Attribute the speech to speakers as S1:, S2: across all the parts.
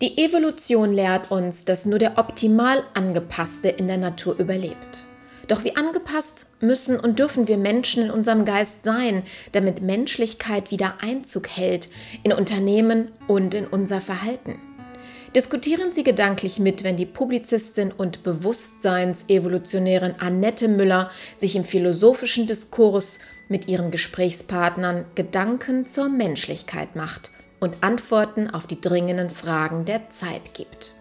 S1: Die Evolution lehrt uns, dass nur der optimal Angepasste in der Natur überlebt. Doch wie angepasst müssen und dürfen wir Menschen in unserem Geist sein, damit Menschlichkeit wieder Einzug hält in Unternehmen und in unser Verhalten? Diskutieren Sie gedanklich mit, wenn die Publizistin und Bewusstseinsevolutionärin Annette Müller sich im philosophischen Diskurs mit ihren Gesprächspartnern Gedanken zur Menschlichkeit macht und Antworten auf die dringenden Fragen der Zeit gibt.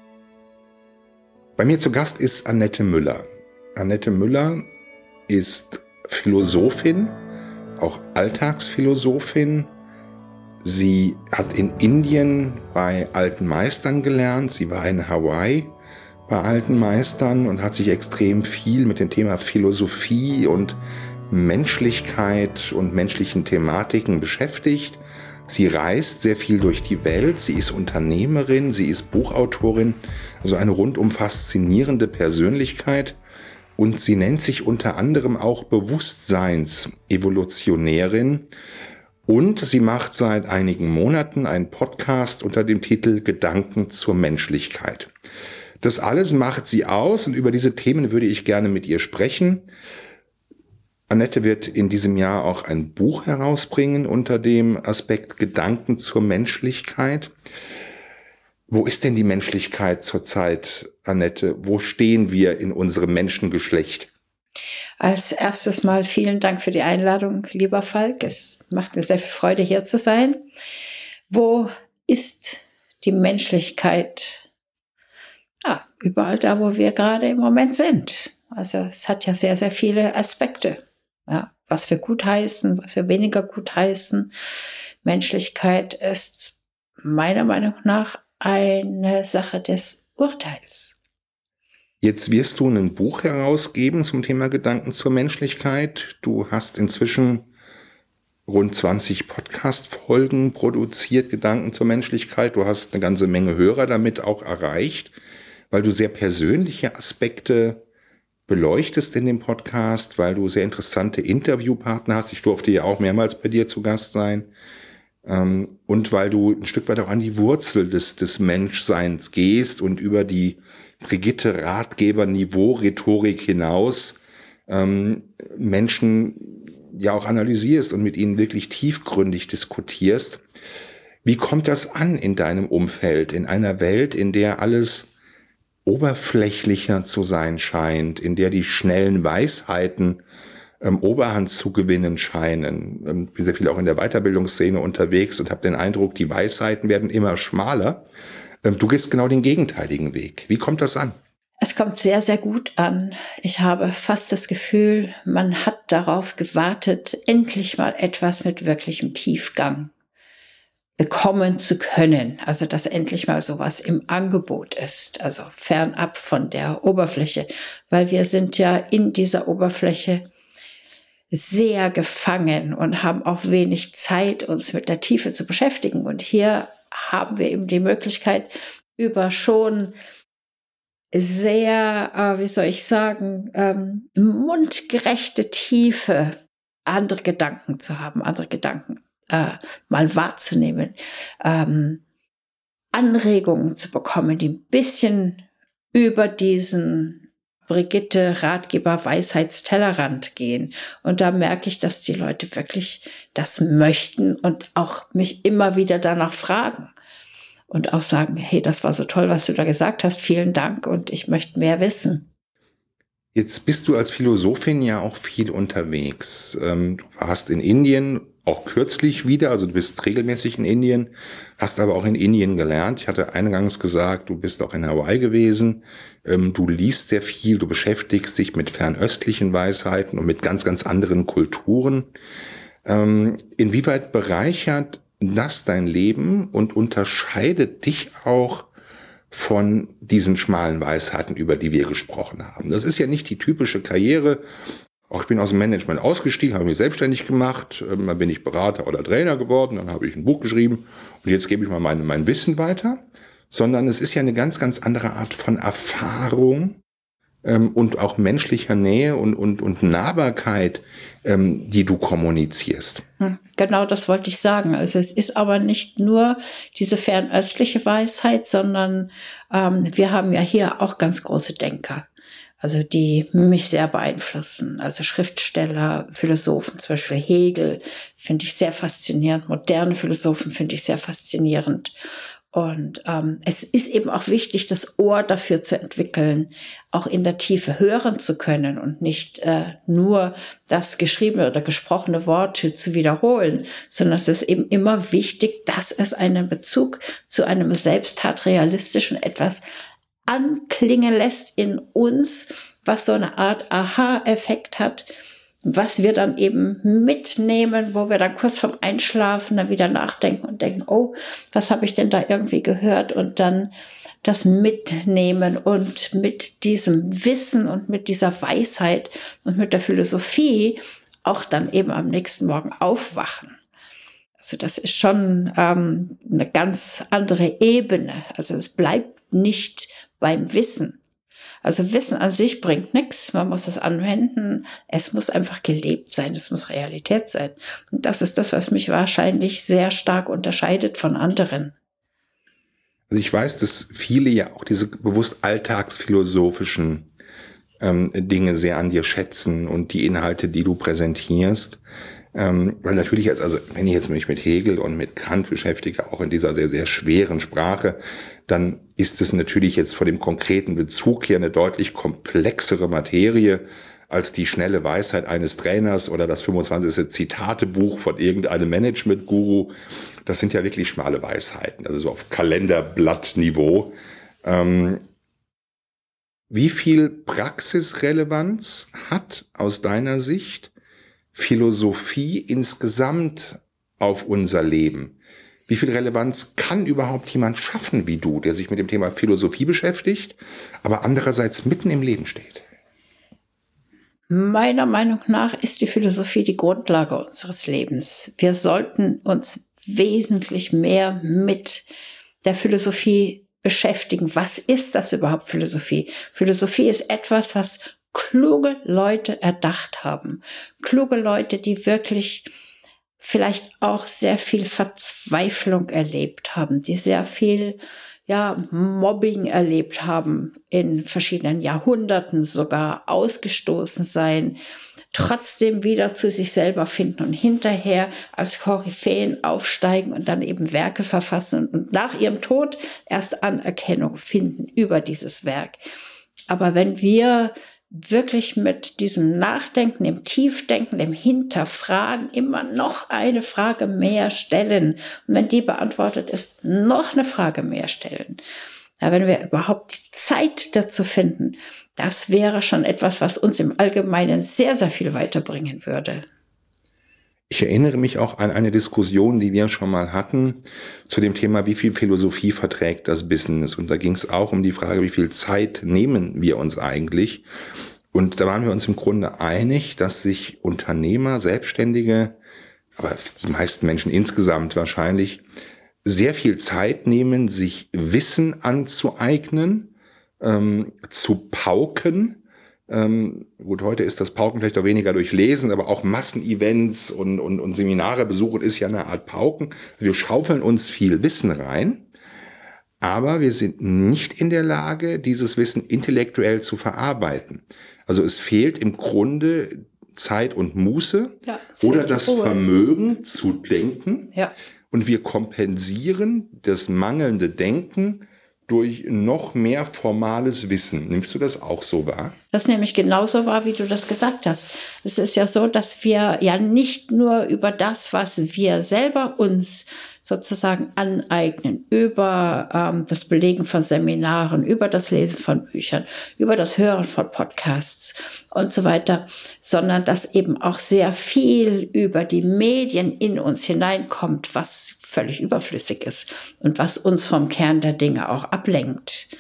S2: Bei mir zu Gast ist Annette Müller. Annette Müller ist Philosophin, auch Alltagsphilosophin. Sie hat in Indien bei alten Meistern gelernt. Sie war in Hawaii bei alten Meistern und hat sich extrem viel mit dem Thema Philosophie und Menschlichkeit und menschlichen Thematiken beschäftigt. Sie reist sehr viel durch die Welt, sie ist Unternehmerin, sie ist Buchautorin, also eine rundum faszinierende Persönlichkeit. Und sie nennt sich unter anderem auch Bewusstseinsevolutionärin. Und sie macht seit einigen Monaten einen Podcast unter dem Titel Gedanken zur Menschlichkeit. Das alles macht sie aus und über diese Themen würde ich gerne mit ihr sprechen. Annette wird in diesem Jahr auch ein Buch herausbringen unter dem Aspekt Gedanken zur Menschlichkeit. Wo ist denn die Menschlichkeit zurzeit, Annette? Wo stehen wir in unserem Menschengeschlecht?
S3: Als erstes mal vielen Dank für die Einladung, lieber Falk. Es macht mir sehr viel Freude, hier zu sein. Wo ist die Menschlichkeit? Überall da, wo wir gerade im Moment sind. Also es hat ja sehr, sehr viele Aspekte. Ja, was wir gutheißen, was wir weniger gutheißen. Menschlichkeit ist meiner Meinung nach eine Sache des Urteils.
S2: Jetzt wirst du ein Buch herausgeben zum Thema Gedanken zur Menschlichkeit. Du hast inzwischen rund 20 Podcast-Folgen produziert, Gedanken zur Menschlichkeit. Du hast eine ganze Menge Hörer damit auch erreicht, weil du sehr persönliche Aspekte beleuchtest in dem Podcast, weil du sehr interessante Interviewpartner hast. Ich durfte ja auch mehrmals bei dir zu Gast sein. Und weil du ein Stück weit auch an die Wurzel des Menschseins gehst und über die Brigitte Ratgeber-Niveau-Rhetorik hinaus Menschen ja auch analysierst und mit ihnen wirklich tiefgründig diskutierst. Wie kommt das an in deinem Umfeld, in einer Welt, in der alles oberflächlicher zu sein scheint, in der die schnellen Weisheiten Oberhand zu gewinnen scheinen? Bin sehr viel auch in der Weiterbildungsszene unterwegs und habe den Eindruck, die Weisheiten werden immer schmaler. Du gehst genau den gegenteiligen Weg. Wie kommt das an?
S3: Es kommt sehr, sehr gut an. Ich habe fast das Gefühl, man hat darauf gewartet, endlich mal etwas mit wirklichem Tiefgang bekommen zu können. Also, dass endlich mal sowas im Angebot ist. Also fernab von der Oberfläche. Weil wir sind ja in dieser Oberfläche sehr gefangen und haben auch wenig Zeit, uns mit der Tiefe zu beschäftigen. Und hier haben wir eben die Möglichkeit, über schon sehr, mundgerechte Tiefe andere Gedanken zu haben, andere Gedanken mal wahrzunehmen, Anregungen zu bekommen, die ein bisschen über diesen Brigitte Ratgeber Weisheitstellerrand gehen. Und da merke ich, dass die Leute wirklich das möchten und auch mich immer wieder danach fragen. Und auch sagen, hey, das war so toll, was du da gesagt hast, vielen Dank und ich möchte mehr wissen.
S2: Jetzt bist du als Philosophin ja auch viel unterwegs. Du warst in Indien, auch kürzlich wieder, also du bist regelmäßig in Indien, hast aber auch in Indien gelernt. Ich hatte eingangs gesagt, du bist auch in Hawaii gewesen. Du liest sehr viel, du beschäftigst dich mit fernöstlichen Weisheiten und mit ganz, ganz anderen Kulturen. Inwieweit bereichert das dein Leben und unterscheidet dich auch von diesen schmalen Weisheiten, über die wir gesprochen haben? Das ist ja nicht die typische Karriere. Auch ich bin aus dem Management ausgestiegen, habe mich selbstständig gemacht, dann bin ich Berater oder Trainer geworden, dann habe ich ein Buch geschrieben und jetzt gebe ich mal mein Wissen weiter. Sondern es ist ja eine ganz, ganz andere Art von Erfahrung, und auch menschlicher Nähe und Nahbarkeit, die du kommunizierst.
S3: Genau, das wollte ich sagen. Also es ist aber nicht nur diese fernöstliche Weisheit, sondern wir haben ja hier auch ganz große Denker, also die mich sehr beeinflussen. Also Schriftsteller, Philosophen, zum Beispiel Hegel finde ich sehr faszinierend, moderne Philosophen finde ich sehr faszinierend. Und es ist eben auch wichtig, das Ohr dafür zu entwickeln, auch in der Tiefe hören zu können und nicht nur das geschriebene oder gesprochene Wort zu wiederholen, sondern es ist eben immer wichtig, dass es einen Bezug zu einem selbst hat, realistischen etwas anklingen lässt in uns, was so eine Art Aha-Effekt hat, was wir dann eben mitnehmen, wo wir dann kurz vorm Einschlafen dann wieder nachdenken und denken, oh, was habe ich denn da irgendwie gehört? Und dann das mitnehmen und mit diesem Wissen und mit dieser Weisheit und mit der Philosophie auch dann eben am nächsten Morgen aufwachen. Also das ist schon eine ganz andere Ebene. Also es bleibt nicht beim Wissen. Also Wissen an sich bringt nichts, man muss es anwenden, es muss einfach gelebt sein, es muss Realität sein. Und das ist das, was mich wahrscheinlich sehr stark unterscheidet von anderen.
S2: Also ich weiß, dass viele ja auch diese bewusst alltagsphilosophischen Dinge sehr an dir schätzen und die Inhalte, die du präsentierst. Weil natürlich, also wenn ich jetzt mich mit Hegel und mit Kant beschäftige, auch in dieser sehr, sehr schweren Sprache, dann ist es natürlich jetzt vor dem konkreten Bezug hier eine deutlich komplexere Materie als die schnelle Weisheit eines Trainers oder das 25. Zitatebuch von irgendeinem Management-Guru. Das sind ja wirklich schmale Weisheiten, also so auf Kalenderblattniveau. Wie viel Praxisrelevanz hat aus deiner Sicht Philosophie insgesamt auf unser Leben? Wie viel Relevanz kann überhaupt jemand schaffen wie du, der sich mit dem Thema Philosophie beschäftigt, aber andererseits mitten im Leben steht?
S3: Meiner Meinung nach ist die Philosophie die Grundlage unseres Lebens. Wir sollten uns wesentlich mehr mit der Philosophie beschäftigen. Was ist das überhaupt, Philosophie? Philosophie ist etwas, was kluge Leute erdacht haben. Kluge Leute, die wirklich vielleicht auch sehr viel Verzweiflung erlebt haben, die sehr viel Mobbing erlebt haben, in verschiedenen Jahrhunderten sogar ausgestoßen sein, trotzdem wieder zu sich selber finden und hinterher als Koryphäen aufsteigen und dann eben Werke verfassen und nach ihrem Tod erst Anerkennung finden über dieses Werk. Aber wenn wir wirklich mit diesem Nachdenken, dem Tiefdenken, dem Hinterfragen immer noch eine Frage mehr stellen. Und wenn die beantwortet ist, noch eine Frage mehr stellen. Ja, wenn wir überhaupt die Zeit dazu finden, das wäre schon etwas, was uns im Allgemeinen sehr, sehr viel weiterbringen würde.
S2: Ich erinnere mich auch an eine Diskussion, die wir schon mal hatten, zu dem Thema, wie viel Philosophie verträgt das Business. Und da ging es auch um die Frage, wie viel Zeit nehmen wir uns eigentlich? Und da waren wir uns im Grunde einig, dass sich Unternehmer, Selbstständige, aber die meisten Menschen insgesamt wahrscheinlich, sehr viel Zeit nehmen, sich Wissen anzueignen, zu pauken. Gut, heute ist das Pauken vielleicht auch weniger durch Lesen, aber auch Massenevents und Seminare besuchen ist ja eine Art Pauken. Also wir schaufeln uns viel Wissen rein, aber wir sind nicht in der Lage, dieses Wissen intellektuell zu verarbeiten. Also es fehlt im Grunde Zeit und Muße oder das Vermögen zu denken. Ja. Und wir kompensieren das mangelnde Denken durch noch mehr formales Wissen. Nimmst du das auch so wahr?
S3: Das nehme ich genauso wahr, wie du das gesagt hast. Es ist ja so, dass wir ja nicht nur über das, was wir selber uns sozusagen aneignen, über das Belegen von Seminaren, über das Lesen von Büchern, über das Hören von Podcasts und so weiter, sondern dass eben auch sehr viel über die Medien in uns hineinkommt, was völlig überflüssig ist und was uns vom Kern der Dinge auch ablenkt.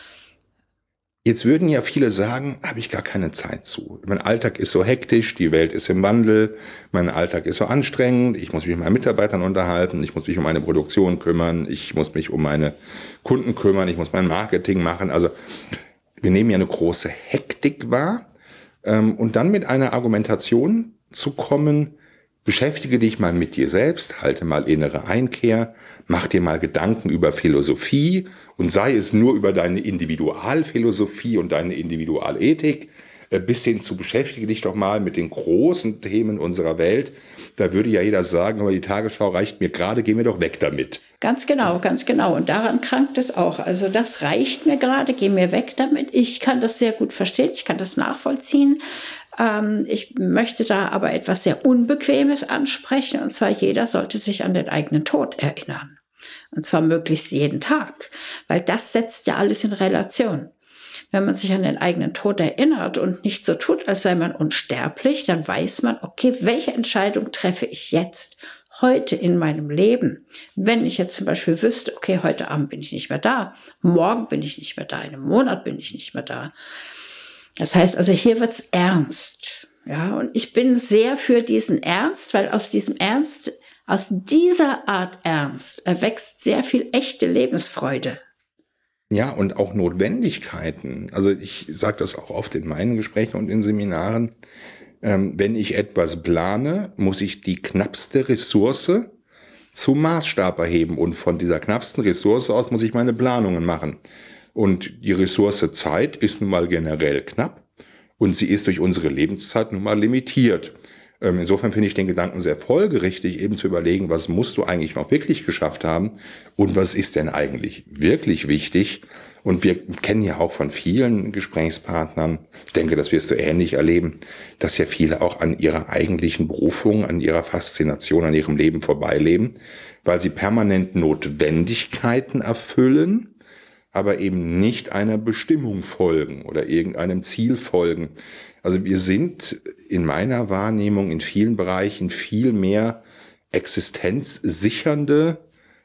S2: Jetzt würden ja viele sagen, habe ich gar keine Zeit zu. Mein Alltag ist so hektisch, die Welt ist im Wandel, mein Alltag ist so anstrengend, ich muss mich mit meinen Mitarbeitern unterhalten, ich muss mich um meine Produktion kümmern, ich muss mich um meine Kunden kümmern, ich muss mein Marketing machen. Also wir nehmen ja eine große Hektik wahr, und dann mit einer Argumentation zu kommen, beschäftige dich mal mit dir selbst, halte mal innere Einkehr, mach dir mal Gedanken über Philosophie und sei es nur über deine Individualphilosophie und deine Individualethik, bis hin zu beschäftige dich doch mal mit den großen Themen unserer Welt. Da würde ja jeder sagen, aber die Tagesschau reicht mir gerade, geh mir doch weg damit.
S3: Ganz genau, ganz genau. Und daran krankt es auch. Also das reicht mir gerade, geh mir weg damit. Ich kann das sehr gut verstehen, ich kann das nachvollziehen. Ich möchte da aber etwas sehr Unbequemes ansprechen. Und zwar, jeder sollte sich an den eigenen Tod erinnern. Und zwar möglichst jeden Tag. Weil das setzt ja alles in Relation. Wenn man sich an den eigenen Tod erinnert und nicht so tut, als sei man unsterblich, dann weiß man, okay, welche Entscheidung treffe ich jetzt, heute in meinem Leben? Wenn ich jetzt zum Beispiel wüsste, okay, heute Abend bin ich nicht mehr da, morgen bin ich nicht mehr da, in einem Monat bin ich nicht mehr da. Das heißt also, hier wird's ernst. Ja, und ich bin sehr für diesen Ernst, weil aus diesem Ernst, aus dieser Art Ernst erwächst sehr viel echte Lebensfreude.
S2: Ja, und auch Notwendigkeiten. Also ich sage das auch oft in meinen Gesprächen und in Seminaren. Wenn ich etwas plane, muss ich die knappste Ressource zum Maßstab erheben. Und von dieser knappsten Ressource aus muss ich meine Planungen machen. Und die Ressource Zeit ist nun mal generell knapp. Und sie ist durch unsere Lebenszeit nun mal limitiert. Insofern finde ich den Gedanken sehr folgerichtig, eben zu überlegen, was musst du eigentlich noch wirklich geschafft haben und was ist denn eigentlich wirklich wichtig. Und wir kennen ja auch von vielen Gesprächspartnern, ich denke, das wirst du ähnlich erleben, dass ja viele auch an ihrer eigentlichen Berufung, an ihrer Faszination, an ihrem Leben vorbeileben, weil sie permanent Notwendigkeiten erfüllen, aber eben nicht einer Bestimmung folgen oder irgendeinem Ziel folgen. Also wir sind in meiner Wahrnehmung in vielen Bereichen viel mehr existenzsichernde,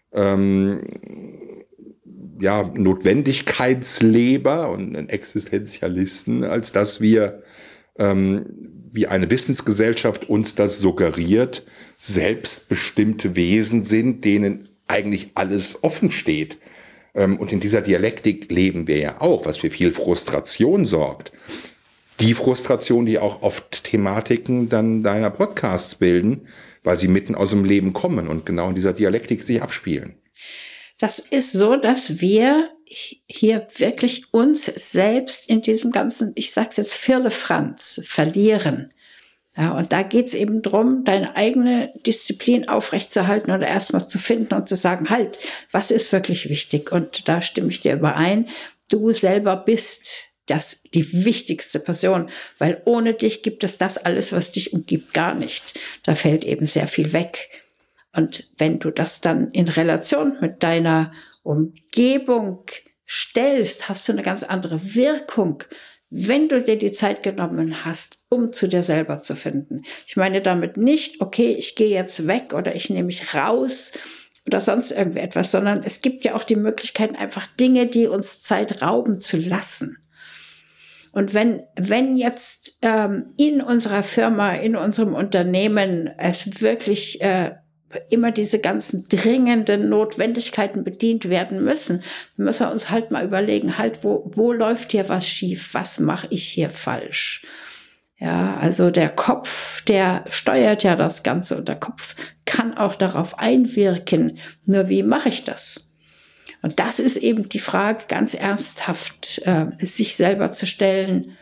S2: Notwendigkeitsleber und Existenzialisten, als dass wir, wie eine Wissensgesellschaft uns das suggeriert, selbstbestimmte Wesen sind, denen eigentlich alles offen steht. Und in dieser Dialektik leben wir ja auch, was für viel Frustration sorgt. Die Frustration, die auch oft Thematiken dann deiner Podcasts bilden, weil sie mitten aus dem Leben kommen und genau in dieser Dialektik sich abspielen.
S3: Das ist so, dass wir hier wirklich uns selbst in diesem ganzen, ich sag's jetzt, Firlefanz verlieren. Ja, und da geht's eben drum, deine eigene Disziplin aufrechtzuerhalten oder erstmal zu finden und zu sagen, halt, was ist wirklich wichtig? Und da stimme ich dir überein, du selber bist die wichtigste Person, weil ohne dich gibt es das alles, was dich umgibt, gar nicht. Da fällt eben sehr viel weg. Und wenn du das dann in Relation mit deiner Umgebung stellst, hast du eine ganz andere Wirkung, wenn du dir die Zeit genommen hast, um zu dir selber zu finden. Ich meine damit nicht, okay, ich gehe jetzt weg oder ich nehme mich raus oder sonst irgendwie etwas, sondern es gibt ja auch die Möglichkeit, einfach Dinge, die uns Zeit rauben, zu lassen. Und wenn jetzt in unserer Firma, in unserem Unternehmen es wirklich immer diese ganzen dringenden Notwendigkeiten bedient werden müssen, dann müssen wir uns halt mal überlegen, halt, wo läuft hier was schief? Was mache ich hier falsch? Ja, also der Kopf, der steuert ja das Ganze und der Kopf kann auch darauf einwirken. Nur wie mache ich das? Und das ist eben die Frage, ganz ernsthaft sich selber zu stellen,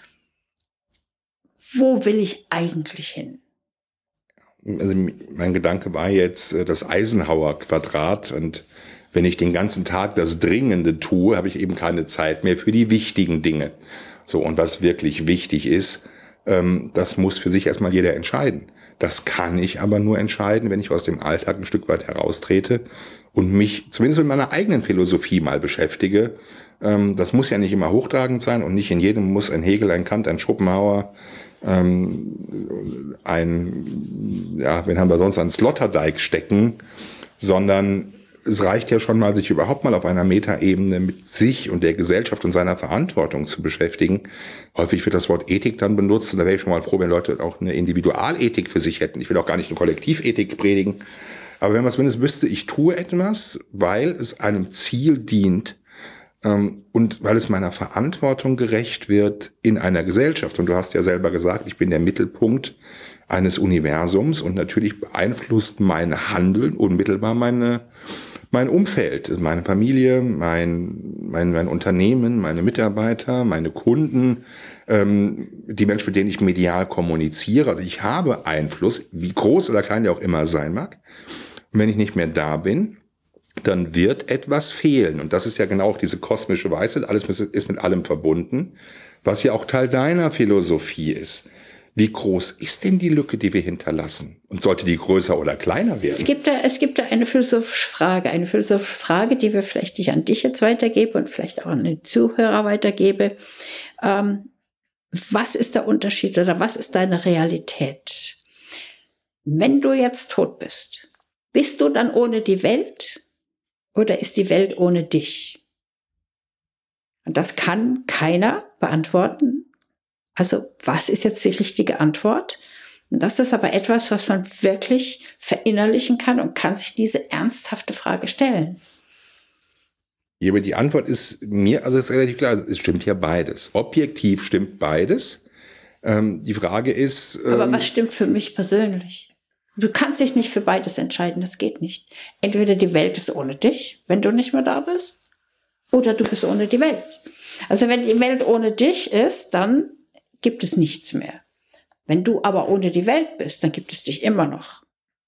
S3: wo will ich eigentlich hin?
S2: Also mein Gedanke war jetzt das Eisenhower-Quadrat, und wenn ich den ganzen Tag das Dringende tue, habe ich eben keine Zeit mehr für die wichtigen Dinge. So, und was wirklich wichtig ist, das muss für sich erstmal jeder entscheiden. Das kann ich aber nur entscheiden, wenn ich aus dem Alltag ein Stück weit heraustrete und mich zumindest mit meiner eigenen Philosophie mal beschäftige. Das muss ja nicht immer hochtragend sein und nicht in jedem muss ein Hegel, ein Kant, ein Schopenhauer, wen haben wir sonst, einen Sloterdijk stecken, sondern es reicht ja schon mal, sich überhaupt mal auf einer Metaebene mit sich und der Gesellschaft und seiner Verantwortung zu beschäftigen. Häufig wird das Wort Ethik dann benutzt, und da wäre ich schon mal froh, wenn Leute auch eine Individualethik für sich hätten. Ich will auch gar nicht eine Kollektivethik predigen, aber wenn man zumindest wüsste, ich tue etwas, weil es einem Ziel dient, Und weil es meiner Verantwortung gerecht wird in einer Gesellschaft. Und du hast ja selber gesagt, ich bin der Mittelpunkt eines Universums und natürlich beeinflusst mein Handeln unmittelbar mein Umfeld, meine Familie, mein Unternehmen, meine Mitarbeiter, meine Kunden, die Menschen, mit denen ich medial kommuniziere. Also ich habe Einfluss, wie groß oder klein der auch immer sein mag. Und wenn ich nicht mehr da bin, dann wird etwas fehlen. Und das ist ja genau auch diese kosmische Weisheit. Alles ist mit allem verbunden, was ja auch Teil deiner Philosophie ist. Wie groß ist denn die Lücke, die wir hinterlassen? Und sollte die größer oder kleiner werden?
S3: Es gibt da eine philosophische Frage, die wir vielleicht nicht an dich jetzt weitergebe und vielleicht auch an den Zuhörer weitergebe. Was ist der Unterschied oder was ist deine Realität? Wenn du jetzt tot bist du dann ohne die Welt oder ist die Welt ohne dich? Und das kann keiner beantworten. Also, was ist jetzt die richtige Antwort? Und das ist aber etwas, was man wirklich verinnerlichen kann und kann sich diese ernsthafte Frage stellen.
S2: Ja, aber die Antwort ist ist relativ klar. Es stimmt ja beides. Objektiv stimmt beides. Die Frage ist...
S3: aber was stimmt für mich persönlich? Du kannst dich nicht für beides entscheiden, das geht nicht. Entweder die Welt ist ohne dich, wenn du nicht mehr da bist, oder du bist ohne die Welt. Also wenn die Welt ohne dich ist, dann gibt es nichts mehr. Wenn du aber ohne die Welt bist, dann gibt es dich immer noch.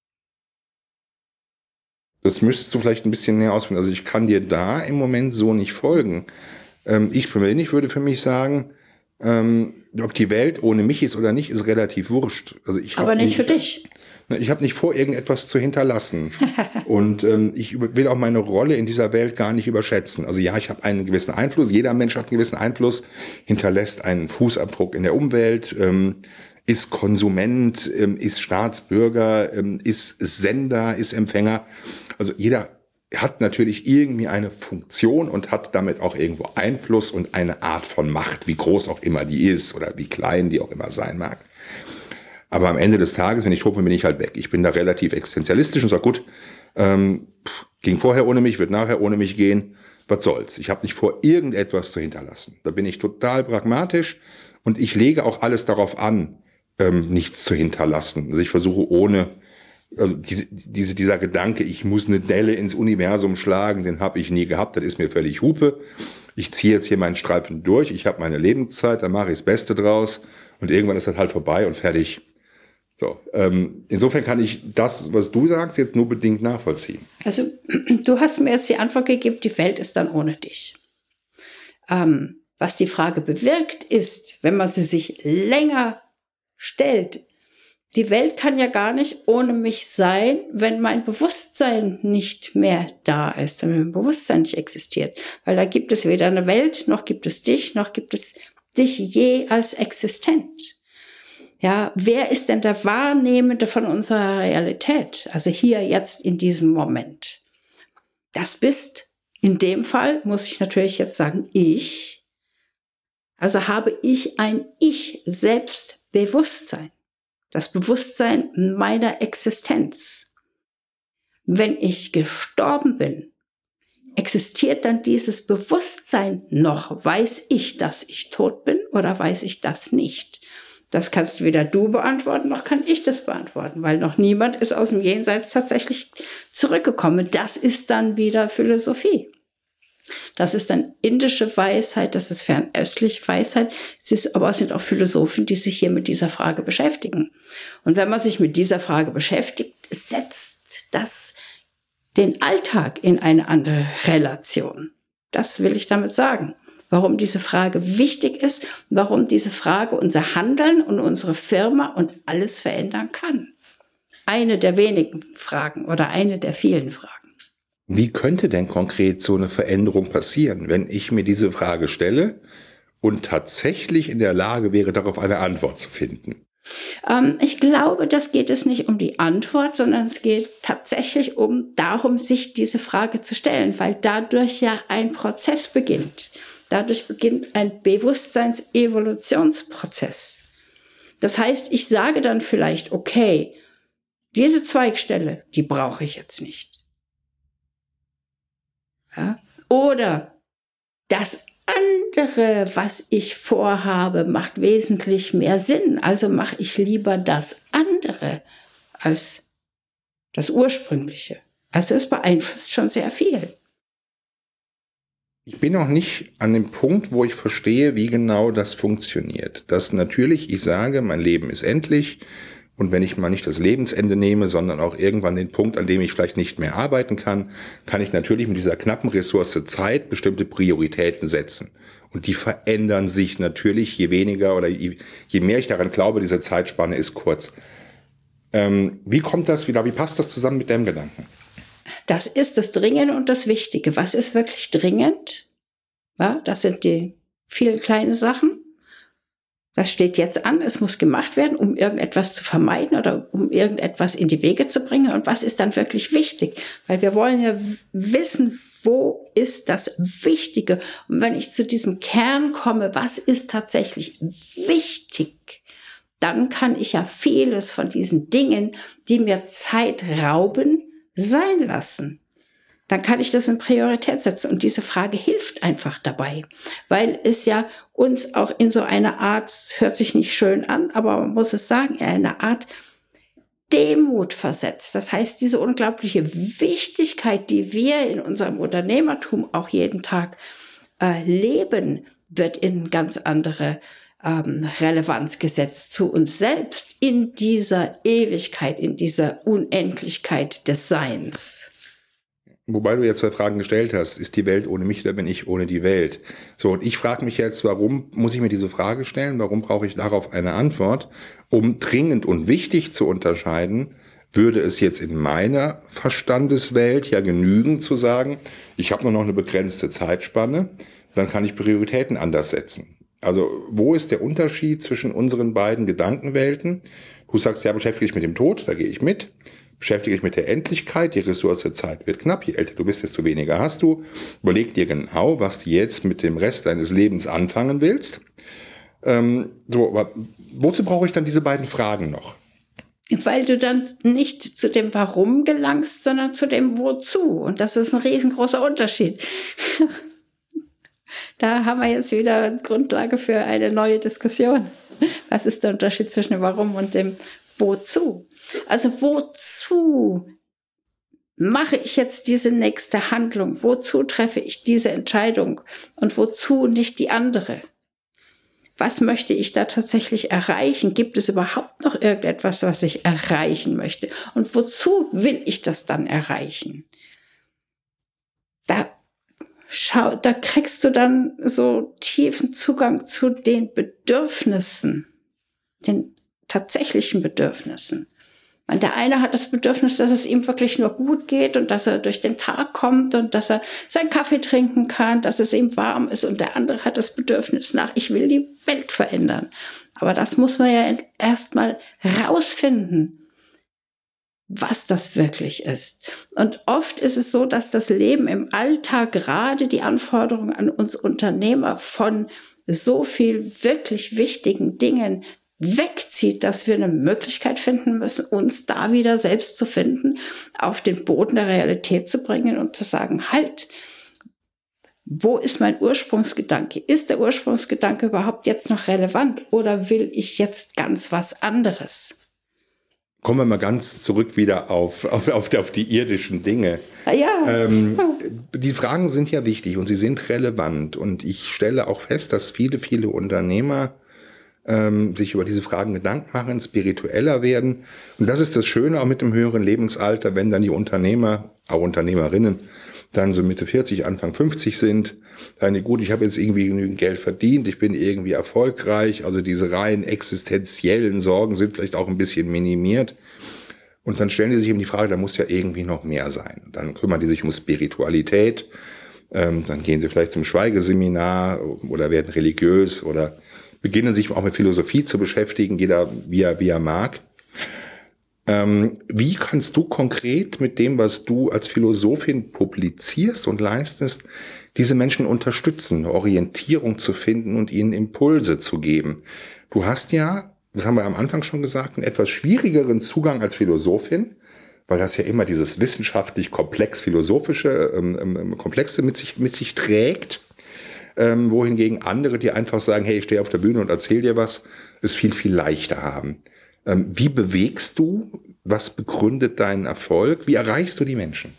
S2: Das müsstest du vielleicht ein bisschen näher ausführen. Also ich kann dir da im Moment so nicht folgen. Ich persönlich würde für mich sagen, ob die Welt ohne mich ist oder nicht, ist relativ wurscht. Also
S3: aber nicht für dich.
S2: Ich habe nicht vor, irgendetwas zu hinterlassen. Und ich will auch meine Rolle in dieser Welt gar nicht überschätzen. Also ja, ich habe einen gewissen Einfluss. Jeder Mensch hat einen gewissen Einfluss, hinterlässt einen Fußabdruck in der Umwelt, ist Konsument, ist Staatsbürger, ist Sender, ist Empfänger. Also jeder hat natürlich irgendwie eine Funktion und hat damit auch irgendwo Einfluss und eine Art von Macht, wie groß auch immer die ist oder wie klein die auch immer sein mag. Aber am Ende des Tages, wenn ich tot bin, bin ich halt weg. Ich bin da relativ existenzialistisch und sage, gut, ging vorher ohne mich, wird nachher ohne mich gehen. Was soll's? Ich habe nicht vor, irgendetwas zu hinterlassen. Da bin ich total pragmatisch und ich lege auch alles darauf an, nichts zu hinterlassen. Also ich versuche also dieser Gedanke, ich muss eine Delle ins Universum schlagen, den habe ich nie gehabt, das ist mir völlig Hupe. Ich ziehe jetzt hier meinen Streifen durch, ich habe meine Lebenszeit, da mache ich das Beste draus und irgendwann ist das halt vorbei und fertig. So, insofern kann ich das, was du sagst, jetzt nur bedingt nachvollziehen.
S3: Also du hast mir jetzt die Antwort gegeben, die Welt ist dann ohne dich. Was die Frage bewirkt ist, wenn man sie sich länger stellt, die Welt kann ja gar nicht ohne mich sein, wenn mein Bewusstsein nicht mehr da ist, wenn mein Bewusstsein nicht existiert. Weil da gibt es weder eine Welt, noch gibt es dich je als existent. Ja, wer ist denn der Wahrnehmende von unserer Realität? Also hier, jetzt, in diesem Moment. Das bist, in dem Fall, muss ich natürlich jetzt sagen, ich. Also habe ich ein Ich-Selbstbewusstsein. Das Bewusstsein meiner Existenz. Wenn ich gestorben bin, existiert dann dieses Bewusstsein noch? Weiß ich, dass ich tot bin oder weiß ich das nicht? Das kannst weder du beantworten, noch kann ich das beantworten, weil noch niemand ist aus dem Jenseits tatsächlich zurückgekommen. Das ist dann wieder Philosophie. Das ist dann indische Weisheit, das ist fernöstliche Weisheit. Es sind auch Philosophen, die sich hier mit dieser Frage beschäftigen. Und wenn man sich mit dieser Frage beschäftigt, setzt das den Alltag in eine andere Relation. Das will ich damit sagen. Warum diese Frage wichtig ist, warum diese Frage unser Handeln und unsere Firma und alles verändern kann. Eine der wenigen Fragen oder eine der vielen Fragen.
S2: Wie könnte denn konkret so eine Veränderung passieren, wenn ich mir diese Frage stelle und tatsächlich in der Lage wäre, darauf eine Antwort zu finden?
S3: Ich glaube, das geht es nicht um die Antwort, sondern es geht tatsächlich darum, sich diese Frage zu stellen, weil dadurch ja ein Prozess beginnt. Dadurch beginnt ein Bewusstseinsevolutionsprozess. Das heißt, ich sage dann vielleicht, okay, diese Zweigstelle, die brauche ich jetzt nicht. Ja? Oder andere, was ich vorhabe, macht wesentlich mehr Sinn. Also mache ich lieber das andere als das Ursprüngliche. Also es beeinflusst schon sehr viel.
S2: Ich bin noch nicht an dem Punkt, wo ich verstehe, wie genau das funktioniert. Dass natürlich ich sage, mein Leben ist endlich und wenn ich mal nicht das Lebensende nehme, sondern auch irgendwann den Punkt, an dem ich vielleicht nicht mehr arbeiten kann, kann ich natürlich mit dieser knappen Ressource Zeit bestimmte Prioritäten setzen. Und die verändern sich natürlich, je weniger oder je mehr ich daran glaube, diese Zeitspanne ist kurz. Wie kommt das wieder? Wie passt das zusammen mit deinem Gedanken?
S3: Das ist das Dringende und das Wichtige. Was ist wirklich dringend? Ja, das sind die vielen kleinen Sachen. Das steht jetzt an, es muss gemacht werden, um irgendetwas zu vermeiden oder um irgendetwas in die Wege zu bringen. Und was ist dann wirklich wichtig? Weil wir wollen ja wissen, wo ist das Wichtige? Und wenn ich zu diesem Kern komme, was ist tatsächlich wichtig? Dann kann ich ja vieles von diesen Dingen, die mir Zeit rauben, sein lassen. Dann kann ich das in Priorität setzen. Und diese Frage hilft einfach dabei, weil es ja uns auch in so eine Art, hört sich nicht schön an, aber man muss es sagen, eine Art Demut versetzt. Das heißt, diese unglaubliche Wichtigkeit, die wir in unserem Unternehmertum auch jeden Tag leben, wird in ganz andere Relevanz gesetzt zu uns selbst in dieser Ewigkeit, in dieser Unendlichkeit des Seins.
S2: Wobei du jetzt 2 Fragen gestellt hast, ist die Welt ohne mich oder bin ich ohne die Welt? So, und ich frage mich jetzt, warum muss ich mir diese Frage stellen? Warum brauche ich darauf eine Antwort? Um dringend und wichtig zu unterscheiden, würde es jetzt in meiner Verstandeswelt ja genügen zu sagen, ich habe nur noch eine begrenzte Zeitspanne, dann kann ich Prioritäten anders setzen. Also wo ist der Unterschied zwischen unseren beiden Gedankenwelten? Du sagst, ja, beschäftige dich mit dem Tod, da gehe ich mit. Beschäftige dich mit der Endlichkeit, die Ressource Zeit wird knapp. Je älter du bist, desto weniger hast du. Überleg dir genau, was du jetzt mit dem Rest deines Lebens anfangen willst. Aber wozu brauche ich dann diese beiden Fragen noch?
S3: Weil du dann nicht zu dem Warum gelangst, sondern zu dem Wozu. Und das ist ein riesengroßer Unterschied. Da haben wir jetzt wieder Grundlage für eine neue Diskussion. Was ist der Unterschied zwischen dem Warum und dem Wozu? Also wozu mache ich jetzt diese nächste Handlung? Wozu treffe ich diese Entscheidung? Und wozu nicht die andere? Was möchte ich da tatsächlich erreichen? Gibt es überhaupt noch irgendetwas, was ich erreichen möchte? Und wozu will ich das dann erreichen? Da kriegst du dann so tiefen Zugang zu den Bedürfnissen, den tatsächlichen Bedürfnissen. Und der eine hat das Bedürfnis, dass es ihm wirklich nur gut geht und dass er durch den Tag kommt und dass er seinen Kaffee trinken kann, dass es ihm warm ist. Und der andere hat das Bedürfnis nach, ich will die Welt verändern. Aber das muss man ja erstmal rausfinden, was das wirklich ist. Und oft ist es so, dass das Leben im Alltag gerade die Anforderungen an uns Unternehmer von so viel wirklich wichtigen Dingen wegzieht, dass wir eine Möglichkeit finden müssen, uns da wieder selbst zu finden, auf den Boden der Realität zu bringen und zu sagen, halt, wo ist mein Ursprungsgedanke? Ist der Ursprungsgedanke überhaupt jetzt noch relevant oder will ich jetzt ganz was anderes?
S2: Kommen wir mal ganz zurück wieder auf die irdischen Dinge.
S3: Ja.
S2: Die Fragen sind ja wichtig und sie sind relevant. Und ich stelle auch fest, dass viele, viele Unternehmer sich über diese Fragen Gedanken machen, spiritueller werden. Und das ist das Schöne auch mit dem höheren Lebensalter, wenn dann die Unternehmer, auch Unternehmerinnen, dann so Mitte 40, Anfang 50 sind, sagen, gut, ich habe jetzt irgendwie genügend Geld verdient, ich bin irgendwie erfolgreich, also diese rein existenziellen Sorgen sind vielleicht auch ein bisschen minimiert. Und dann stellen die sich eben die Frage, da muss ja irgendwie noch mehr sein. Dann kümmern die sich um Spiritualität, dann gehen sie vielleicht zum Schweigeseminar oder werden religiös oder beginnen sich auch mit Philosophie zu beschäftigen, jeder wie er mag. Wie kannst du konkret mit dem, was du als Philosophin publizierst und leistest, diese Menschen unterstützen, eine Orientierung zu finden und ihnen Impulse zu geben? Du hast ja, das haben wir am Anfang schon gesagt, einen etwas schwierigeren Zugang als Philosophin, weil das ja immer dieses wissenschaftlich komplex-philosophische Komplexe mit sich trägt. wohingegen andere, die einfach sagen, hey, ich stehe auf der Bühne und erzähl dir was, es viel, viel leichter haben. Wie bewegst du? Was begründet deinen Erfolg? Wie erreichst du die Menschen?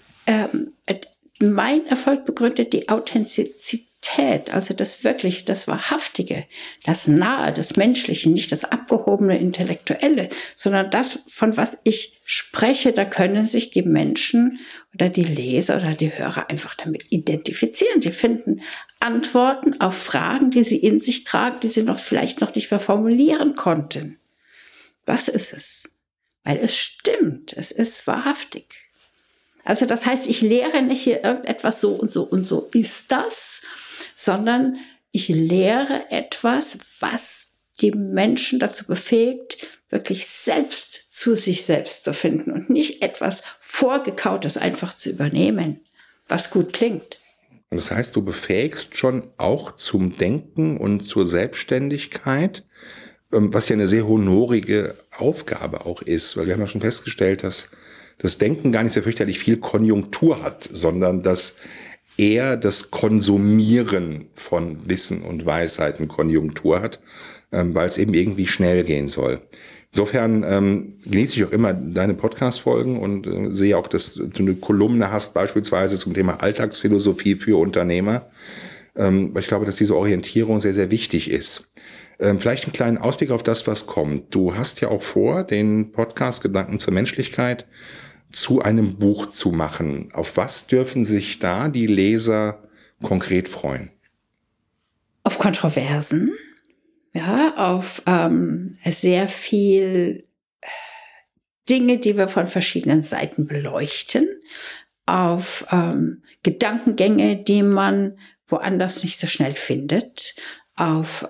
S3: Mein Erfolg begründet die Authentizität, also das Wirkliche, das Wahrhaftige, das Nahe, das Menschliche, nicht das abgehobene Intellektuelle, sondern das, von was ich spreche, da können sich die Menschen oder die Leser oder die Hörer einfach damit identifizieren. Sie finden Antworten auf Fragen, die sie in sich tragen, die sie vielleicht noch nicht mehr formulieren konnten. Was ist es? Weil es stimmt, es ist wahrhaftig. Also das heißt, ich lehre nicht hier irgendetwas so und so und so ist das, sondern ich lehre etwas, was die Menschen dazu befähigt, wirklich selbst zu sich selbst zu finden und nicht etwas Vorgekautes einfach zu übernehmen, was gut klingt.
S2: Das heißt, du befähigst schon auch zum Denken und zur Selbstständigkeit, was ja eine sehr honorige Aufgabe auch ist, weil wir haben ja schon festgestellt, dass das Denken gar nicht so fürchterlich viel Konjunktur hat, sondern dass eher das Konsumieren von Wissen und Weisheiten Konjunktur hat, weil es eben irgendwie schnell gehen soll. Insofern genieße ich auch immer deine Podcast-Folgen und sehe auch, dass du eine Kolumne hast, beispielsweise zum Thema Alltagsphilosophie für Unternehmer, weil ich glaube, dass diese Orientierung sehr, sehr wichtig ist. Vielleicht einen kleinen Ausblick auf das, was kommt. Du hast ja auch vor, den Podcast Gedanken zur Menschlichkeit zu einem Buch zu machen. Auf was dürfen sich da die Leser konkret freuen?
S3: Auf Kontroversen, ja, auf sehr viel Dinge, die wir von verschiedenen Seiten beleuchten, auf Gedankengänge, die man woanders nicht so schnell findet, auf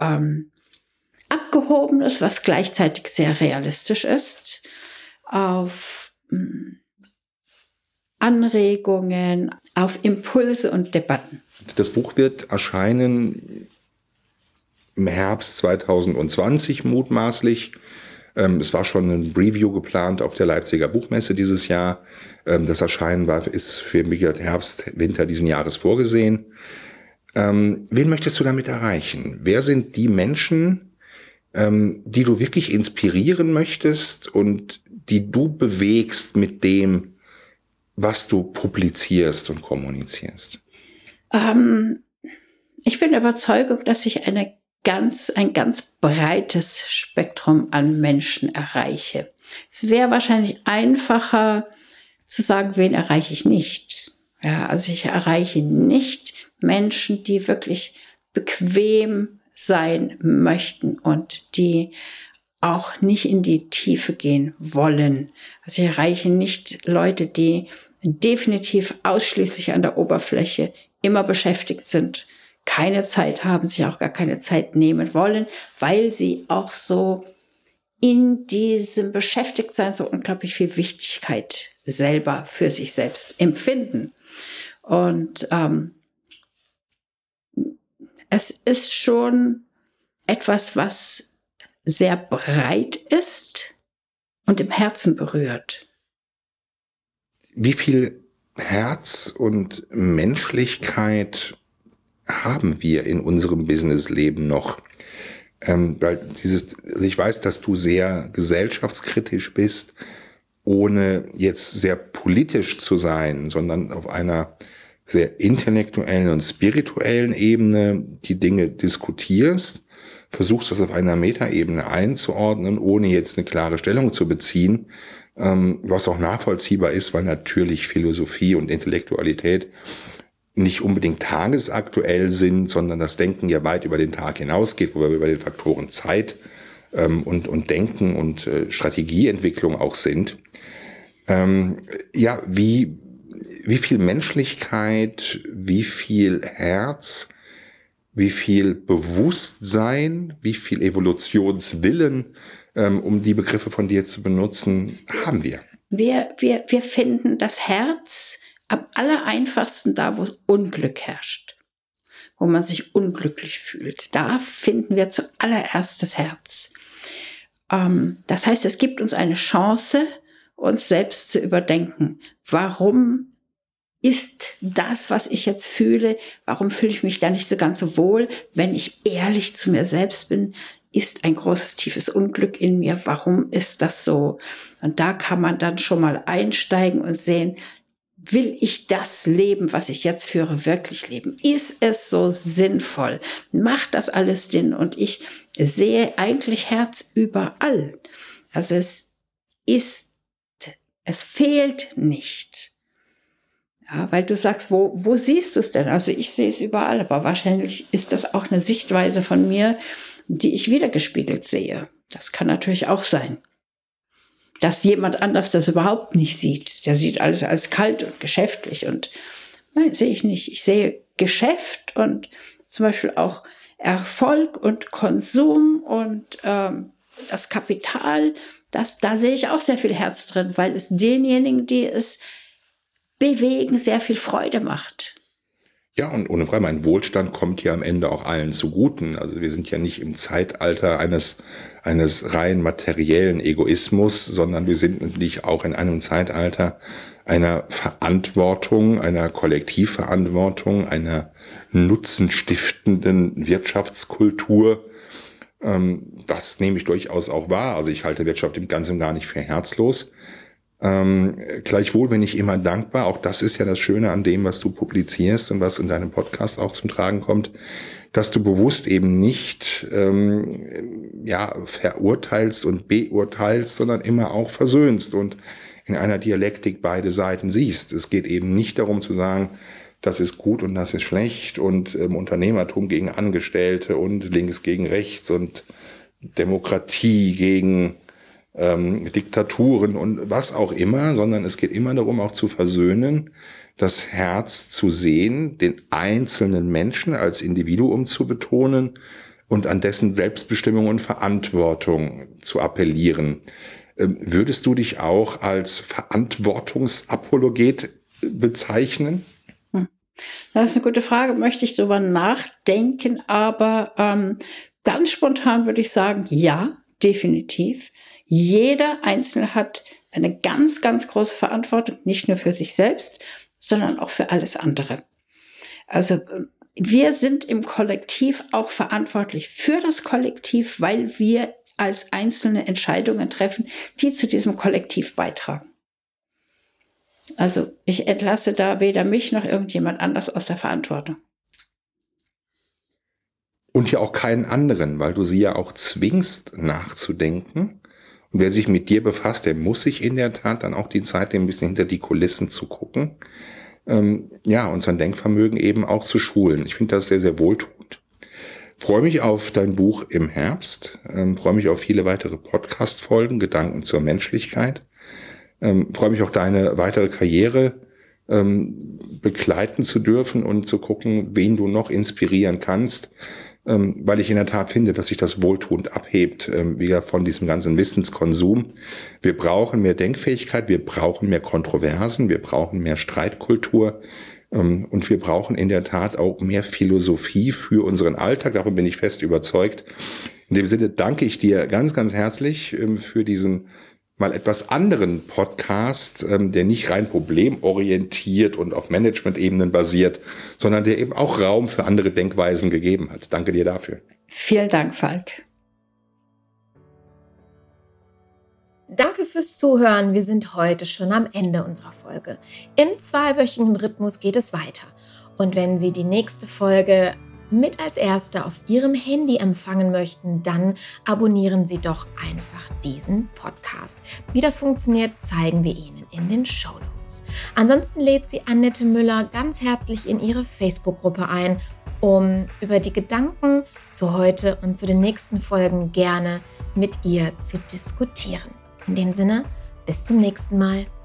S3: Abgehobenes, was gleichzeitig sehr realistisch ist, auf Anregungen, auf Impulse und Debatten.
S2: Das Buch wird erscheinen im Herbst 2020 mutmaßlich. Es war schon ein Review geplant auf der Leipziger Buchmesse dieses Jahr. Das Erscheinen ist für Herbst, Winter diesen Jahres vorgesehen. Wen möchtest du damit erreichen? Wer sind die Menschen, die du wirklich inspirieren möchtest und die du bewegst mit dem, was du publizierst und kommunizierst?
S3: Ich bin der Überzeugung, dass ich ein ganz breites Spektrum an Menschen erreiche. Es wäre wahrscheinlich einfacher zu sagen, wen erreiche ich nicht. Ja, also ich erreiche nicht Menschen, die wirklich bequem sein möchten und die auch nicht in die Tiefe gehen wollen. Also ich erreiche nicht Leute, die definitiv ausschließlich an der Oberfläche immer beschäftigt sind, keine Zeit haben, sich auch gar keine Zeit nehmen wollen, weil sie auch so in diesem Beschäftigtsein so unglaublich viel Wichtigkeit selber für sich selbst empfinden. Und es ist schon etwas, was sehr breit ist und im Herzen berührt.
S2: Wie viel Herz und Menschlichkeit haben wir in unserem Businessleben noch? Weil ich weiß, dass du sehr gesellschaftskritisch bist, ohne jetzt sehr politisch zu sein, sondern auf einer sehr intellektuellen und spirituellen Ebene die Dinge diskutierst, versuchst das auf einer Metaebene einzuordnen, ohne jetzt eine klare Stellung zu beziehen, was auch nachvollziehbar ist, weil natürlich Philosophie und Intellektualität nicht unbedingt tagesaktuell sind, sondern das Denken ja weit über den Tag hinausgeht, wo wir über den Faktoren Zeit und Denken und Strategieentwicklung auch sind. Wie viel Menschlichkeit, wie viel Herz, wie viel Bewusstsein, wie viel Evolutionswillen, um die Begriffe von dir zu benutzen, haben wir?
S3: Wir finden das Herz am allereinfachsten da, wo Unglück herrscht, wo man sich unglücklich fühlt. Da finden wir zuallererst das Herz. Das heißt, es gibt uns eine Chance, uns selbst zu überdenken. Warum ist das, was ich jetzt fühle, warum fühle ich mich da nicht so ganz so wohl, wenn ich ehrlich zu mir selbst bin, ist ein großes, tiefes Unglück in mir, warum ist das so? Und da kann man dann schon mal einsteigen und sehen, will ich das Leben, was ich jetzt führe, wirklich leben? Ist es so sinnvoll? Macht das alles Sinn? Und ich sehe eigentlich Herz überall. Also es fehlt nicht. Ja, weil du sagst, wo siehst du es denn? Also ich sehe es überall, aber wahrscheinlich ist das auch eine Sichtweise von mir, die ich wiedergespiegelt sehe. Das kann natürlich auch sein. Dass jemand anders das überhaupt nicht sieht. Der sieht alles als kalt und geschäftlich. Und nein, sehe ich nicht. Ich sehe Geschäft und zum Beispiel auch Erfolg und Konsum und das Kapital. Da sehe ich auch sehr viel Herz drin, weil es denjenigen, die es bewegen, sehr viel Freude macht.
S2: Ja, und ohne Frage, mein Wohlstand kommt ja am Ende auch allen zuguten. Also wir sind ja nicht im Zeitalter eines rein materiellen Egoismus, sondern wir sind natürlich auch in einem Zeitalter einer Verantwortung, einer Kollektivverantwortung, einer nutzenstiftenden Wirtschaftskultur. Das nehme ich durchaus auch wahr. Also ich halte Wirtschaft im Ganzen gar nicht für herzlos. Gleichwohl bin ich immer dankbar. Auch das ist ja das Schöne an dem, was du publizierst und was in deinem Podcast auch zum Tragen kommt, dass du bewusst eben nicht verurteilst und beurteilst, sondern immer auch versöhnst und in einer Dialektik beide Seiten siehst. Es geht eben nicht darum zu sagen, das ist gut und das ist schlecht und Unternehmertum gegen Angestellte und links gegen rechts und Demokratie gegen Diktaturen und was auch immer, sondern es geht immer darum, auch zu versöhnen, das Herz zu sehen, den einzelnen Menschen als Individuum zu betonen und an dessen Selbstbestimmung und Verantwortung zu appellieren. Würdest du dich auch als Verantwortungsapologet bezeichnen?
S3: Das ist eine gute Frage, möchte ich drüber nachdenken, aber ganz spontan würde ich sagen, ja, definitiv. Jeder Einzelne hat eine ganz, ganz große Verantwortung, nicht nur für sich selbst, sondern auch für alles andere. Also wir sind im Kollektiv auch verantwortlich für das Kollektiv, weil wir als Einzelne Entscheidungen treffen, die zu diesem Kollektiv beitragen. Also ich entlasse da weder mich noch irgendjemand anders aus der Verantwortung.
S2: Und ja auch keinen anderen, weil du sie ja auch zwingst, nachzudenken. Und wer sich mit dir befasst, der muss sich in der Tat dann auch die Zeit nehmen, ein bisschen hinter die Kulissen zu gucken. Und sein Denkvermögen eben auch zu schulen. Ich finde das sehr, sehr wohltuend. Freue mich auf dein Buch im Herbst. Freue mich auf viele weitere Podcast-Folgen, Gedanken zur Menschlichkeit. Freue mich auch, deine weitere Karriere begleiten zu dürfen und zu gucken, wen du noch inspirieren kannst. Weil ich in der Tat finde, dass sich das wohltuend abhebt, wieder von diesem ganzen Wissenskonsum. Wir brauchen mehr Denkfähigkeit, wir brauchen mehr Kontroversen, wir brauchen mehr Streitkultur und wir brauchen in der Tat auch mehr Philosophie für unseren Alltag. Davon bin ich fest überzeugt. In dem Sinne danke ich dir ganz, ganz herzlich für diesen mal etwas anderen Podcast, der nicht rein problemorientiert und auf Management-Ebenen basiert, sondern der eben auch Raum für andere Denkweisen gegeben hat. Danke dir dafür.
S3: Vielen Dank, Falk.
S1: Danke fürs Zuhören. Wir sind heute schon am Ende unserer Folge. Im 2-wöchigen Rhythmus geht es weiter. Und wenn Sie die nächste Folge mit als erste auf Ihrem Handy empfangen möchten, dann abonnieren Sie doch einfach diesen Podcast. Wie das funktioniert, zeigen wir Ihnen in den Shownotes. Ansonsten lädt sie Annette Müller ganz herzlich in ihre Facebook-Gruppe ein, um über die Gedanken zu heute und zu den nächsten Folgen gerne mit ihr zu diskutieren. In dem Sinne, bis zum nächsten Mal.